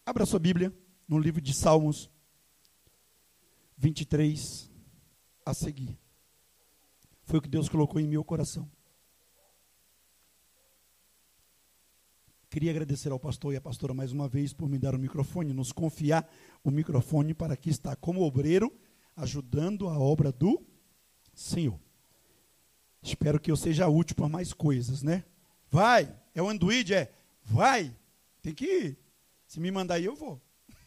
Abra sua Bíblia no livro de Salmos 23 a seguir. Foi o que Deus colocou em meu coração. Queria agradecer ao pastor e à pastora mais uma vez por me dar o microfone, nos confiar o microfone para aqui estar como obreiro, ajudando a obra do Senhor. Espero que eu seja útil para mais coisas, né? Vai, é o Android, vai, tem que ir. Se me mandar aí, eu vou.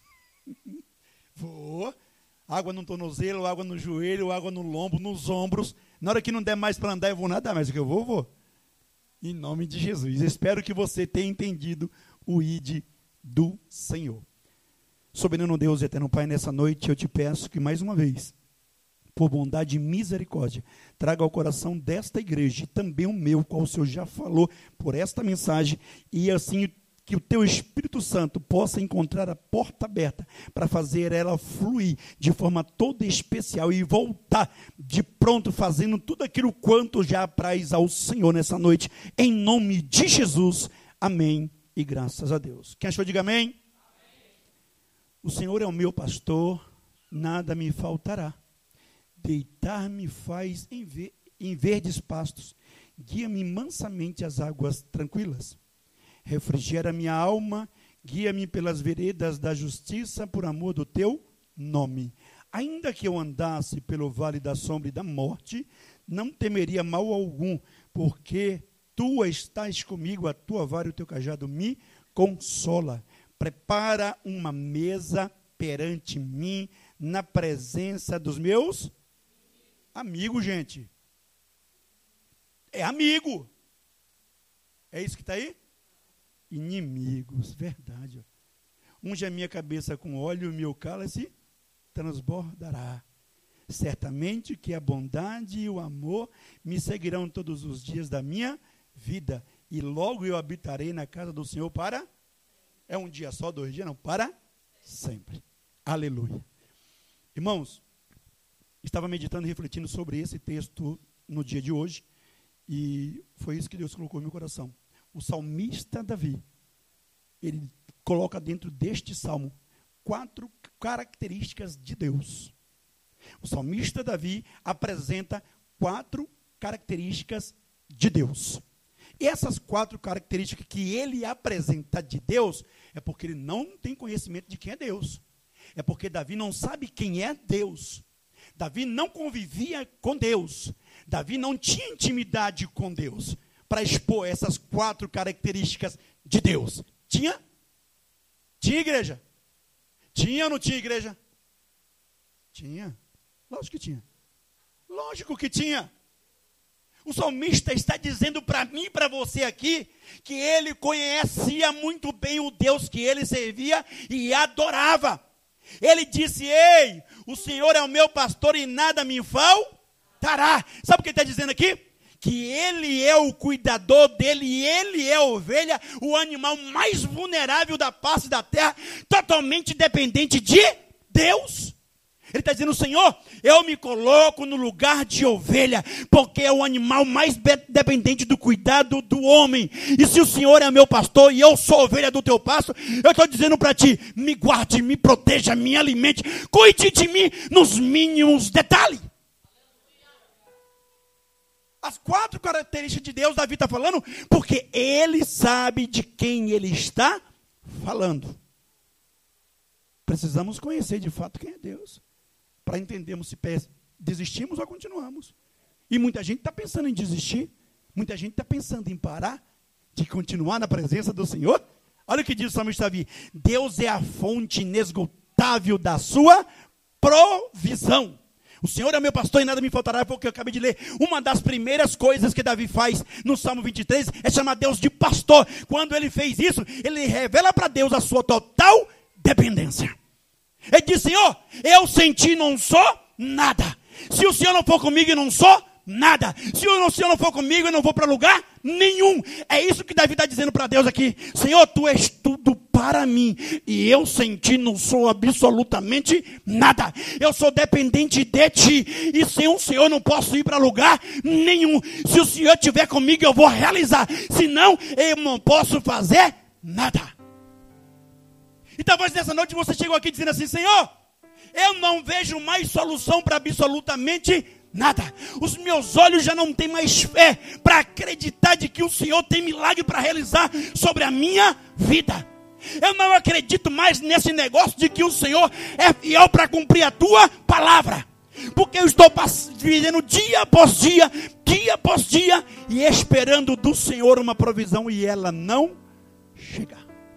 Vou. Água no tornozelo, água no joelho, água no lombo, nos ombros. Na hora que não der mais para andar, eu vou nadar, mas o que eu vou. Em nome de Jesus. Espero que você tenha entendido o ID do Senhor. Soberano Deus e eterno Pai, nessa noite eu te peço que mais uma vez, por bondade e misericórdia, traga ao coração desta igreja e também o meu, qual o Senhor já falou por esta mensagem, e assim que o teu Espírito Santo possa encontrar a porta aberta para fazer ela fluir de forma toda especial e voltar de pronto fazendo tudo aquilo quanto já apraz ao Senhor nessa noite, em nome de Jesus, amém e graças a Deus. Quem achou, diga amém. O Senhor é o meu pastor, nada me faltará. Deitar-me faz em verdes pastos, guia-me mansamente às águas tranquilas. Refrigera minha alma, guia-me pelas veredas da justiça, por amor do teu nome. Ainda que eu andasse pelo vale da sombra e da morte, não temeria mal algum, porque tu estás comigo, a tua vara e o teu cajado me consola. Prepara uma mesa perante mim, na presença dos meus amigos, gente. É amigo. É isso que está aí? Inimigos, verdade. Unge a minha cabeça com óleo e o meu cálice transbordará. Certamente que a bondade e o amor me seguirão todos os dias da minha vida, e logo eu habitarei na casa do Senhor para... É um dia só, 2 dias, não, para sempre. Aleluia. Irmãos, estava meditando e refletindo sobre esse texto no dia de hoje, e foi isso que Deus colocou no meu coração. O salmista Davi, ele coloca dentro deste salmo 4 características de Deus. O salmista Davi apresenta 4 características de Deus. E essas 4 características que ele apresenta de Deus, é porque ele não tem conhecimento de quem é Deus. É porque Davi não sabe quem é Deus. Davi não convivia com Deus. Davi não tinha intimidade com Deus para expor essas 4 características de Deus. Tinha? Tinha, igreja? Tinha ou não tinha, igreja? Tinha. Lógico que tinha. Lógico que tinha. O salmista está dizendo para mim e para você aqui, que ele conhecia muito bem o Deus que ele servia e adorava. Ele disse: ei, o Senhor é o meu pastor e nada me faltará. Sabe o que ele está dizendo aqui? Que ele é o cuidador dele, e ele é a ovelha, o animal mais vulnerável da face da terra, totalmente dependente de Deus. Ele está dizendo: Senhor, eu me coloco no lugar de ovelha, porque é o animal mais dependente do cuidado do homem. E se o Senhor é meu pastor e eu sou ovelha do teu pasto, eu estou dizendo para ti: me guarde, me proteja, me alimente, cuide de mim nos mínimos detalhes. As 4 características de Deus, Davi está falando, porque ele sabe de quem ele está falando. Precisamos conhecer de fato quem é Deus, para entendermos se desistimos ou continuamos. E muita gente está pensando em desistir, muita gente está pensando em parar, de continuar na presença do Senhor. Olha o que diz o salmista Davi: Deus é a fonte inesgotável da sua provisão. O Senhor é meu pastor e nada me faltará, foi o que eu acabei de ler. Uma das primeiras coisas que Davi faz no Salmo 23 é chamar Deus de pastor. Quando ele fez isso, ele revela para Deus a sua total dependência. Ele diz: Senhor, eu sem ti não sou nada. Se o Senhor não for comigo, eu não sou nada. Se o Senhor não for comigo, eu não vou para lugar nenhum. É isso que Davi está dizendo para Deus aqui: Senhor, tu és tudo para mim, e eu sem ti não sou absolutamente nada. Eu sou dependente de ti, e sem o Senhor não posso ir para lugar nenhum. Se o Senhor estiver comigo, eu vou realizar. Se não, eu não posso fazer nada. E talvez nessa noite você chegou aqui dizendo assim: Senhor, eu não vejo mais solução para absolutamente nada. Os meus olhos já não têm mais fé para acreditar de que o Senhor tem milagre para realizar sobre a minha vida. Eu não acredito mais nesse negócio de que o Senhor é fiel para cumprir a tua palavra. Porque eu estou vivendo dia após dia e esperando do Senhor uma provisão e ela não chega.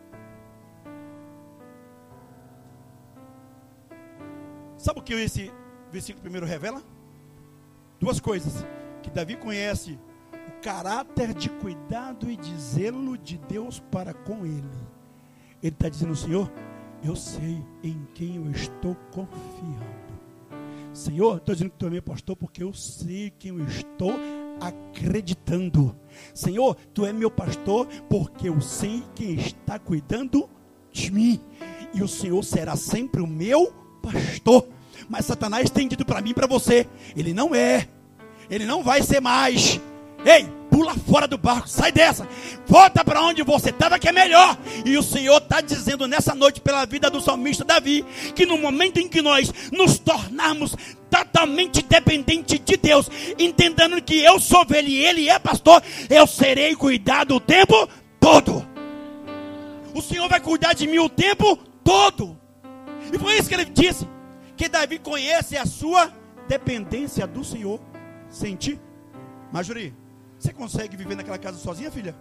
Sabe o que esse versículo primeiro revela? Duas coisas. Que Davi conhece o caráter de cuidado e de zelo de Deus para com ele. Ele está dizendo: Senhor, eu sei em quem eu estou confiando. Senhor, estou dizendo que tu é meu pastor porque eu sei quem eu estou acreditando. Senhor, tu é meu pastor porque eu sei quem está cuidando de mim. E o Senhor será sempre o meu pastor. Mas Satanás tem dito para mim e para você: ele não é, ele não vai ser mais. Ei, pula fora do barco, sai dessa, volta para onde você estava que é melhor. E o Senhor está dizendo nessa noite pela vida do salmista Davi, que no momento em que nós nos tornarmos totalmente dependentes de Deus, entendendo que eu sou ovelha e Ele é pastor, eu serei cuidado o tempo todo. O Senhor vai cuidar de mim o tempo todo. E foi isso que ele disse, que Davi conhece a sua dependência do Senhor. Sente? Marjorie, você consegue viver naquela casa sozinha, filha?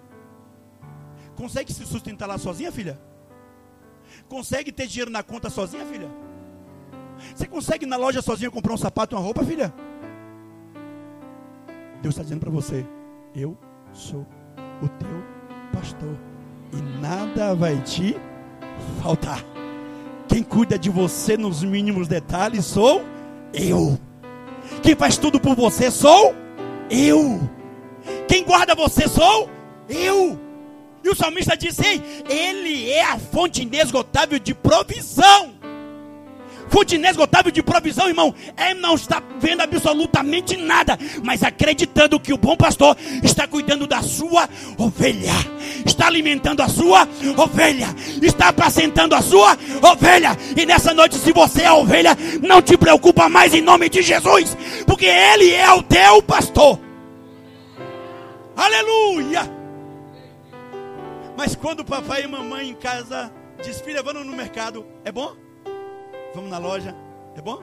Consegue se sustentar lá sozinha, filha? Consegue ter dinheiro na conta sozinha, filha? Você consegue ir na loja sozinha comprar um sapato e uma roupa, filha? Deus está dizendo para você: eu sou o teu pastor e nada vai te faltar. Quem cuida de você nos mínimos detalhes sou eu. Quem faz tudo por você sou eu. Quem guarda você sou eu. E o salmista disse: ei, Ele é a fonte inesgotável de provisão. Fonte inesgotável de provisão, irmão, é não estar vendo absolutamente nada, mas acreditando que o bom pastor está cuidando da sua ovelha, está alimentando a sua ovelha, está apacentando a sua ovelha. E nessa noite, se você é a ovelha, não te preocupa mais em nome de Jesus, porque Ele é o teu pastor. Aleluia! Mas quando o papai e mamãe em casa diz: filha, vamos no mercado, é bom? Vamos na loja, é bom?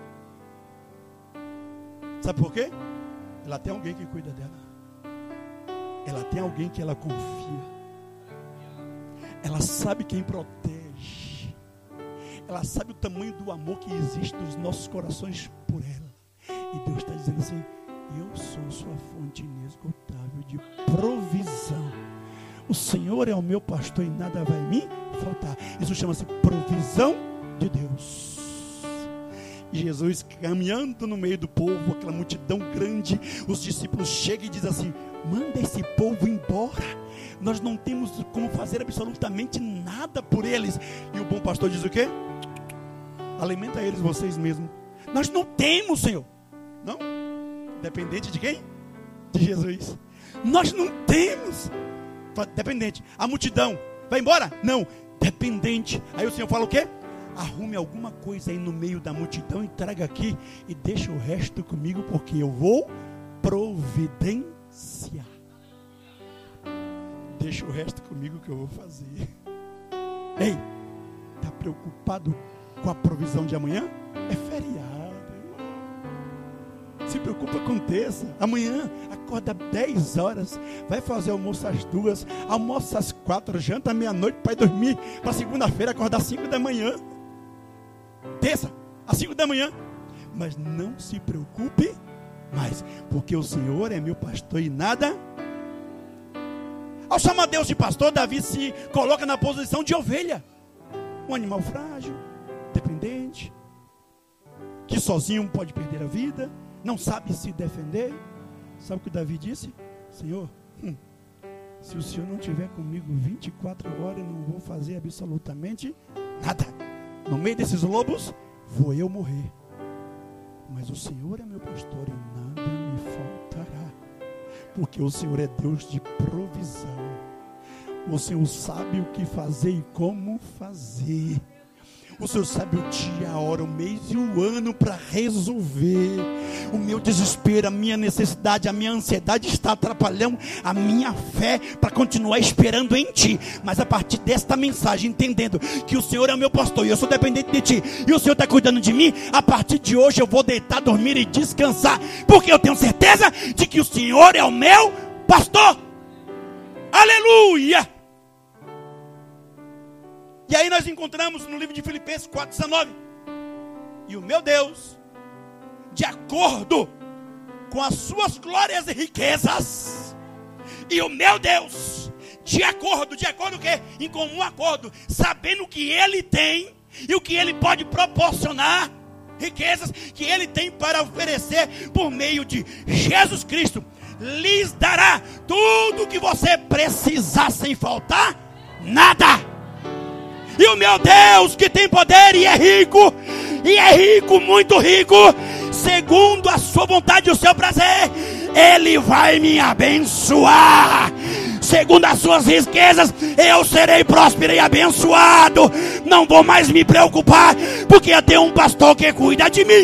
Sabe por quê? Ela tem alguém que cuida dela. Ela tem alguém que ela confia. Ela sabe quem protege. Ela sabe o tamanho do amor que existe nos nossos corações por ela. E Deus está dizendo assim: eu sou sua fonte inesgotável de provisão. O Senhor é o meu pastor e nada vai me faltar. Isso chama-se provisão de Deus. E Jesus caminhando no meio do povo, aquela multidão grande, os discípulos chegam e dizem assim: manda esse povo embora, nós não temos como fazer absolutamente nada por eles. E o bom pastor diz o quê? Alimenta eles vocês mesmos. Nós não temos, Senhor. Não? Dependente de quem? De Jesus. Nós não temos. Dependente. A multidão vai embora? Não. Dependente. Aí o Senhor fala o quê? Arrume alguma coisa aí no meio da multidão e traga aqui e deixa o resto comigo, porque eu vou providenciar. Deixa o resto comigo que eu vou fazer. Ei, está preocupado com a provisão de amanhã? É feriado, irmão. Se preocupa com terça. Amanhã acorda 10 horas, vai fazer almoço às 2, almoça às 4, janta à meia-noite para ir dormir, para segunda-feira acordar às 5 da manhã. Terça, às 5 da manhã. Mas não se preocupe mais, porque o Senhor é meu pastor e nada. Ao chamar Deus de pastor, Davi se coloca na posição de ovelha. Um animal frágil, dependente, que sozinho pode perder a vida, não sabe se defender. Sabe o que Davi disse? Senhor, se o Senhor não estiver comigo 24 horas, eu não vou fazer absolutamente nada. No meio desses lobos, vou eu morrer. Mas o Senhor é meu pastor e nada me faltará. Porque o Senhor é Deus de provisão. O Senhor sabe o que fazer e como fazer. O Senhor sabe o dia, a hora, o mês e o ano para resolver. O meu desespero, a minha necessidade, a minha ansiedade está atrapalhando a minha fé para continuar esperando em Ti. Mas a partir desta mensagem, entendendo que o Senhor é o meu pastor e eu sou dependente de Ti, e o Senhor está cuidando de mim, a partir de hoje eu vou deitar, dormir e descansar, porque eu tenho certeza de que o Senhor é o meu pastor. Aleluia! E aí nós encontramos no livro de Filipenses 4,19. E o meu Deus, de acordo com as suas glórias e riquezas. E o meu Deus, de acordo o quê? Em comum acordo, sabendo o que Ele tem e o que Ele pode proporcionar, riquezas que Ele tem para oferecer por meio de Jesus Cristo, lhes dará tudo o que você precisar sem faltar nada. E o meu Deus, que tem poder e é rico, muito rico, segundo a sua vontade e o seu prazer, Ele vai me abençoar. Segundo as suas riquezas, eu serei próspero e abençoado. Não vou mais me preocupar, porque eu tenho um pastor que cuida de mim.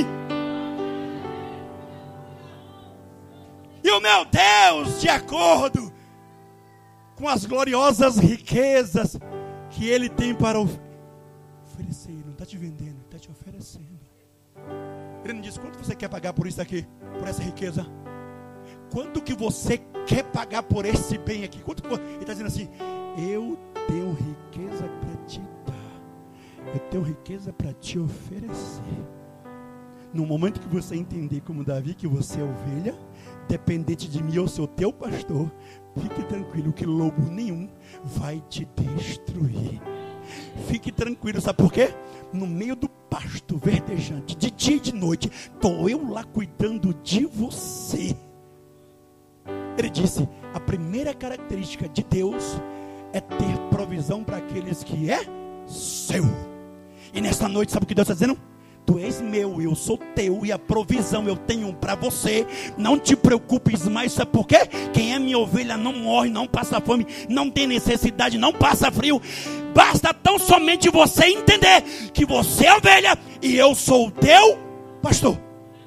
E o meu Deus, de acordo com as gloriosas riquezas que Ele tem para oferecer, não está te vendendo, está te oferecendo. Ele não diz quanto você quer pagar por isso aqui, por essa riqueza. Quanto que você quer pagar por esse bem aqui? Ele está dizendo assim: eu tenho riqueza para te dar, eu tenho riqueza para te oferecer. No momento que você entender como Davi, que você é ovelha, dependente de mim, eu sou teu pastor, fique tranquilo que lobo nenhum vai te destruir. Fique tranquilo, sabe por quê? No meio do pasto verdejante, de dia e de noite, estou eu lá cuidando de você. Ele disse: a primeira característica de Deus é ter provisão para aqueles que é seu. E nesta noite, sabe o que Deus está dizendo? Tu és meu, eu sou teu, e a provisão eu tenho para você. Não te preocupes mais, sabe por quê? Quem é minha ovelha não morre, não passa fome, não tem necessidade, não passa frio. Basta tão somente você entender que você é ovelha e eu sou o teu pastor.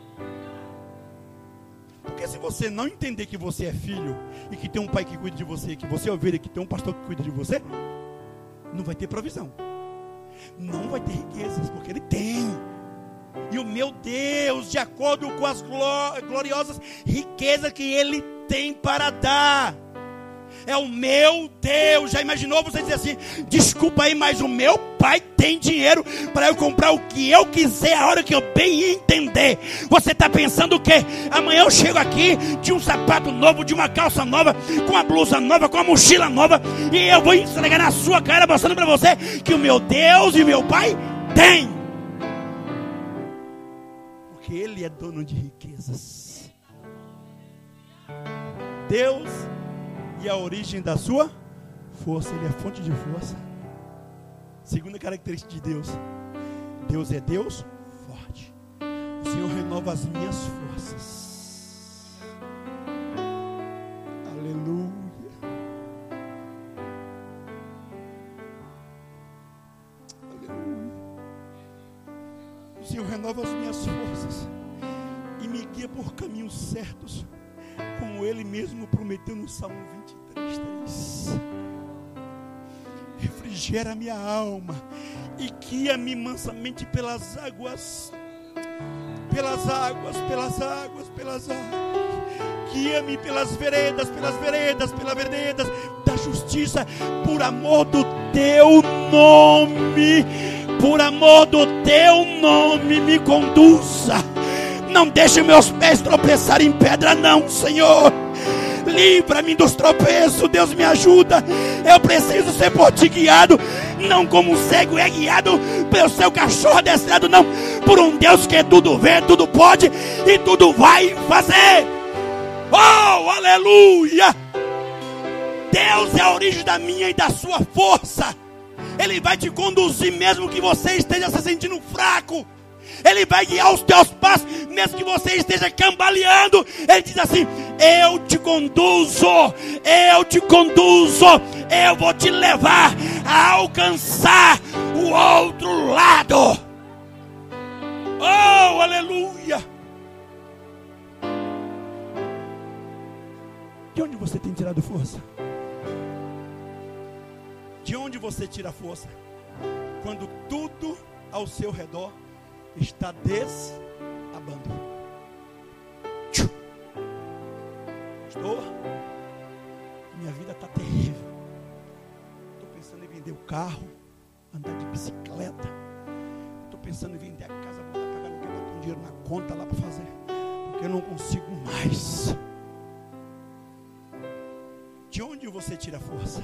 Porque se você não entender que você é filho e que tem um pai que cuida de você, que você é ovelha e que tem um pastor que cuida de você, não vai ter provisão, não vai ter riquezas, porque Ele tem. E o meu Deus, de acordo com as gloriosas riquezas que Ele tem para dar, é o meu Deus. Já imaginou você dizer assim: desculpa aí, mas o meu pai tem dinheiro para eu comprar o que eu quiser, a hora que eu bem entender. Você está pensando o quê? Amanhã eu chego aqui de um sapato novo, de uma calça nova, com uma blusa nova, com uma mochila nova, e eu vou entregar na sua cara, mostrando para você que o meu Deus e o meu pai tem. Porque Ele é dono de riquezas. Deus e a origem da sua força. Ele é fonte de força. Segunda característica de Deus: Deus é Deus forte. O Senhor renova as minhas forças. Aleluia. Aleluia. O Senhor renova as minhas forças e me guia por caminhos certos, como Ele mesmo prometeu no Salmo 23:3. Refrigera minha alma e guia-me mansamente pelas águas. Pelas águas. Guia-me pelas veredas da justiça, por amor do Teu nome. Por amor do Teu nome, me conduza. Não deixe meus pés tropeçarem em pedra, não, Senhor. Livra-me dos tropeços, Deus, me ajuda. Eu preciso ser por Ti guiado, não como um cego é guiado pelo seu cachorro adestrado, não. Por um Deus que tudo vê, tudo pode e tudo vai fazer. Oh, aleluia! Deus é a origem da minha e da sua força. Ele vai te conduzir mesmo que você esteja se sentindo fraco. Ele vai guiar os teus passos, mesmo que você esteja cambaleando. Ele diz assim: eu te conduzo, Eu vou te levar a alcançar o outro lado. Oh, aleluia! De onde você tem tirado força? De onde você tira força? Quando tudo ao seu redor está desabando. Minha vida está terrível. Estou pensando em vender o carro, andar de bicicleta. Estou pensando em vender a casa, voltar a pagar aluguel, botar um dinheiro na conta lá para fazer, porque eu não consigo mais. De onde você tira força?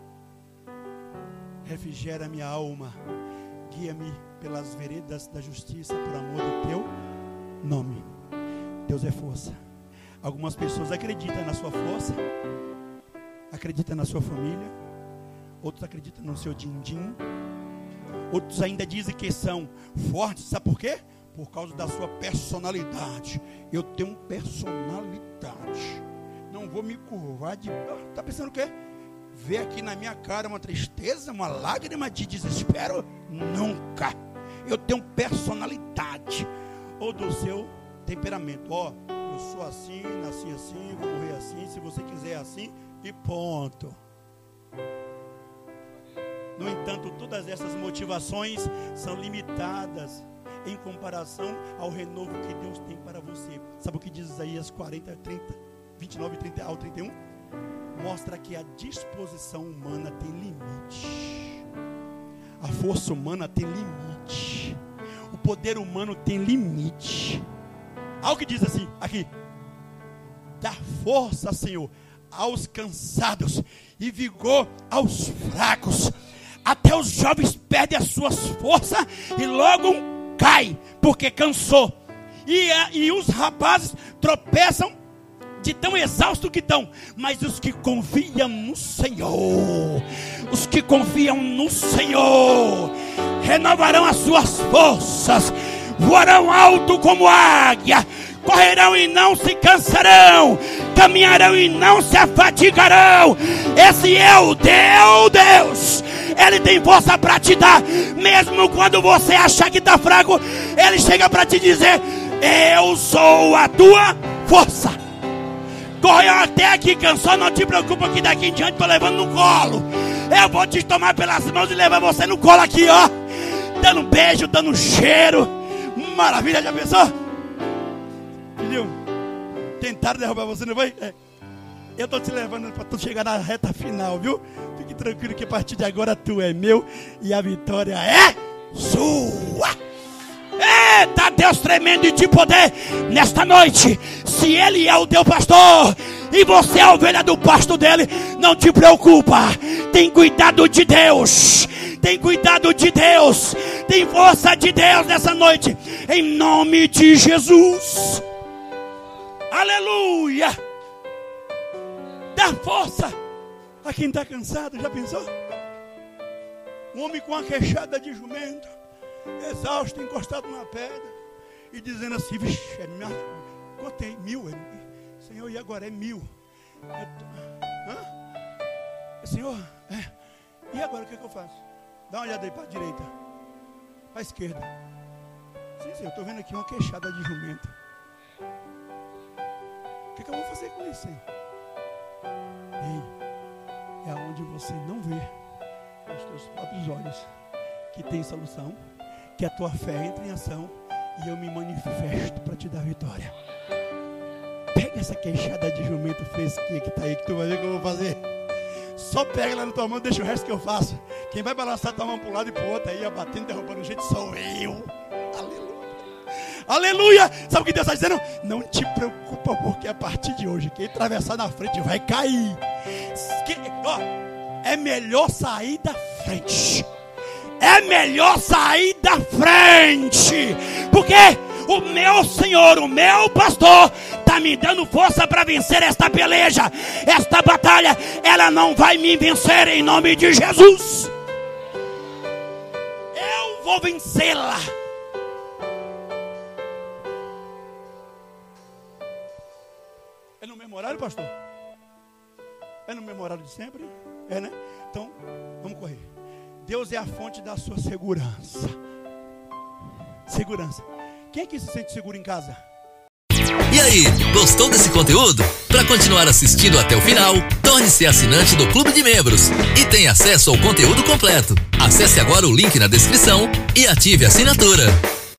Refrigera minha alma, guia-me pelas veredas da justiça, por amor do teu nome. Deus é força. Algumas pessoas acreditam na sua força, acreditam na sua família, outros acreditam no seu din-din, outros ainda dizem que são fortes, sabe por quê? Por causa da sua personalidade. Eu tenho personalidade, não vou me curvar de... Está pensando o quê? Ver aqui na minha cara uma tristeza, uma lágrima de desespero? Nunca. Eu tenho personalidade. Ou do seu temperamento. Ó, eu sou assim, nasci assim, vou morrer assim, se você quiser assim, e ponto. No entanto, todas essas motivações são limitadas em comparação ao renovo que Deus tem para você. Sabe o que diz Isaías 40, 30, 29, 30 ao 31? Mostra que a disposição humana tem limite. A força humana tem limite. O poder humano tem limite. Algo que diz assim, aqui: dá força, Senhor, aos cansados e vigor aos fracos. Até os jovens perdem as suas forças e logo caem, porque cansou. E os rapazes tropeçam de tão exausto que estão. Mas os que confiam no Senhor, os que confiam no Senhor, renovarão as suas forças, voarão alto como águia, correrão e não se cansarão, caminharão e não se afadigarão. Esse é o teu Deus. Ele tem força para te dar, mesmo quando você achar que está fraco. Ele chega para te dizer: eu sou a tua força. Correu até aqui, cansou, não te preocupa que daqui em diante estou levando no colo. Eu vou te tomar pelas mãos e levar você no colo aqui, ó, dando beijo, dando cheiro. Maravilha, já pensou? Filho, tentaram derrubar você, não foi? Eu estou te levando para tu chegar na reta final, viu? Fique tranquilo que a partir de agora tu é meu e a vitória é sua. Eita, Deus tremendo e de poder nesta noite. Se Ele é o teu pastor e você é a ovelha do pasto dele, não te preocupa. Tem cuidado de Deus. Tem cuidado de Deus. Tem força de Deus nessa noite. Em nome de Jesus. Aleluia. Dá força a quem está cansado. Já pensou? Um homem com uma queixada de jumento, exausto, encostado numa pedra, e dizendo assim: vixe, contei 1000, Senhor, e agora é 1000. Senhor, e agora o que eu faço? Dá uma olhada aí para a direita, para a esquerda. Sim, Senhor, eu estou vendo aqui uma queixada de jumento. O que eu vou fazer com isso, Senhor? Ei, é onde você não vê com os teus próprios olhos que tem solução, que a tua fé entra em ação e eu me manifesto para te dar vitória. Pega essa queixada de jumento fresquinha que está aí, que tu vai ver o que eu vou fazer. Só pega lá na tua mão, deixa o resto que eu faço. Quem vai balançar tua mão para um lado e para o outro aí, abatendo, derrubando gente, sou eu. Aleluia. Aleluia. Sabe o que Deus está dizendo? Não te preocupa, porque a partir de hoje, quem atravessar na frente vai cair. É melhor sair da frente. É melhor sair da frente. Porque o meu Senhor, o meu pastor, está me dando força para vencer esta peleja. Esta batalha, ela não vai me vencer em nome de Jesus. Eu vou vencê-la. É no mesmo horário, pastor? É no mesmo horário de sempre? É, né? Então, vamos correr. Deus é a fonte da sua segurança. Segurança. Quem é que se sente seguro em casa? E aí, gostou desse conteúdo? Para continuar assistindo até o final, torne-se assinante do Clube de Membros e tenha acesso ao conteúdo completo. Acesse agora o link na descrição e ative a assinatura.